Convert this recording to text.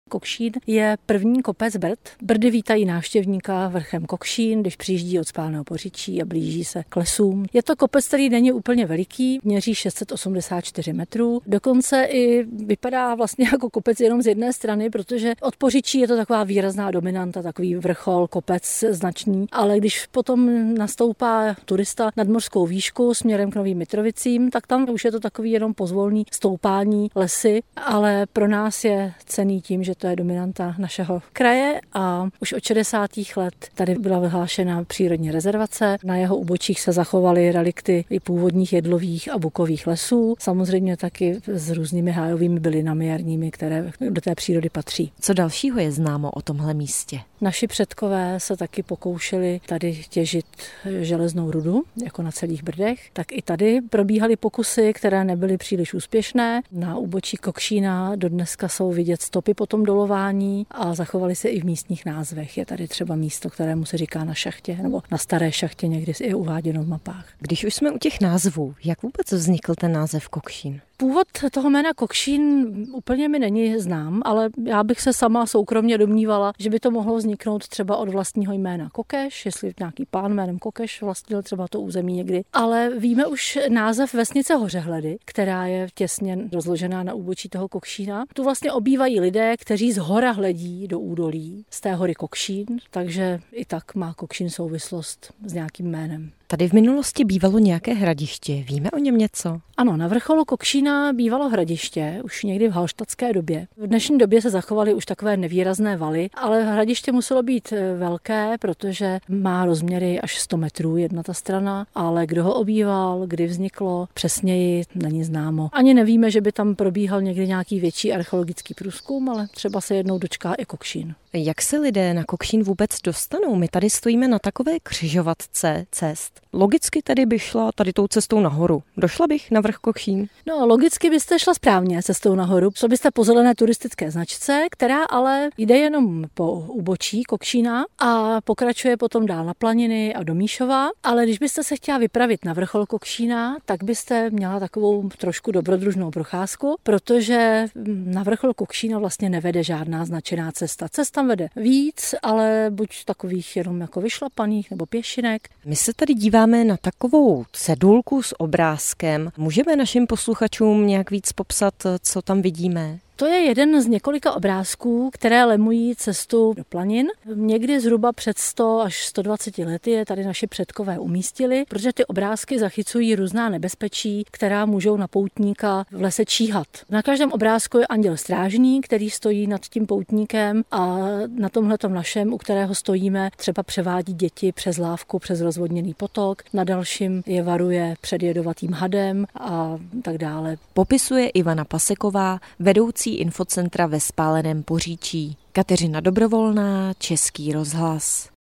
Kokšín je první kopec Brd. Brdy vítají návštěvníka vrchem Kokšín, když přijíždí od Spálného Poříčí a blíží se k lesům. Je to kopec, který není úplně veliký, měří 684 metrů. Dokonce i vypadá vlastně jako kopec jenom z jedné strany, protože od Poříčí je to taková výrazná dominanta, takový vrchol, kopec značný, ale když potom nastoupá turista nad mořskou výšku směrem k Novým Mitrovicím, tak tam už je to takový jenom pozvolný stoupání lesy, ale pro nás je cenný tím, že to je dominanta našeho kraje a už od 60. let tady byla vyhlášena přírodní rezervace. Na jeho úbočích se zachovaly relikty i původních jedlových a bukových lesů, samozřejmě taky s různými hájovými bylinami jarními, které do té přírody patří. Co dalšího je známo o tomhle místě? Naši předkové se taky pokoušeli tady těžit železnou rudu, jako na celých Brdech. Tak i tady probíhaly pokusy, které nebyly příliš úspěšné. Na úbočí Kokšína dodneska jsou vidět stopy po tom dolování a zachovaly se i v místních názvech. Je tady třeba místo, kterému se říká na šachtě, nebo na staré šachtě, někdy je uváděno v mapách. Když už jsme u těch názvů, jak vůbec vznikl ten název Kokšín? Původ toho jména Kokšín úplně mi není znám, ale já bych se sama soukromně domnívala, že by to mohlo vzniknout třeba od vlastního jména Kokeš, jestli nějaký pán jménem Kokeš vlastnil třeba to území někdy. Ale víme už název vesnice Hořehledy, která je těsně rozložená na úbočí toho Kokšína. Tu vlastně obývají lidé, kteří z hora hledí do údolí, z té hory Kokšín, takže i tak má Kokšín souvislost s nějakým jménem. Tady v minulosti bývalo nějaké hradiště, víme o něm něco? Ano, na vrcholu Kokšína bývalo hradiště, už někdy v halštatské době. V dnešní době se zachovaly už takové nevýrazné valy, ale hradiště muselo být velké, protože má rozměry až 100 metrů jedna ta strana, ale kdo ho obýval, kdy vzniklo, přesněji není známo. Ani nevíme, že by tam probíhal někdy nějaký větší archeologický průzkum, ale třeba se jednou dočká i Kokšín. Jak se lidé na Kokšín vůbec dostanou? My tady stojíme na takové křižovatce cest. Logicky tady bych šla tady tou cestou nahoru. Došla bych na vrch Kokšín? No, logicky byste šla správně cestou nahoru. Šla byste po zelené turistické značce, která ale jde jenom po úbočí Kokšína a pokračuje potom dál na planiny a do Míšova. Ale když byste se chtěla vypravit na vrchol Kokšína, tak byste měla takovou trošku dobrodružnou procházku, protože na vrchol Kokšína vlastně nevede žádná značená cesta. Cesta vede víc, ale buď takových jenom jako vyšlapaných nebo pěšinek. My se tady díváme na takovou cedulku s obrázkem. Můžeme našim posluchačům nějak víc popsat, co tam vidíme? To je jeden z několika obrázků, které lemují cestu do planin. Někdy zhruba před 100 až 120 lety je tady naši předkové umístili, protože ty obrázky zachycují různá nebezpečí, která můžou na poutníka v lese číhat. Na každém obrázku je anděl strážný, který stojí nad tím poutníkem a na tomhletom našem, u kterého stojíme, třeba převádí děti přes lávku, přes rozvodněný potok. Na dalším je varuje před jedovatým hadem a tak dále. Popisuje Ivana Paseková, vedoucí infocentra ve Spáleném Poříčí. Kateřina Dobrovolná, Český rozhlas.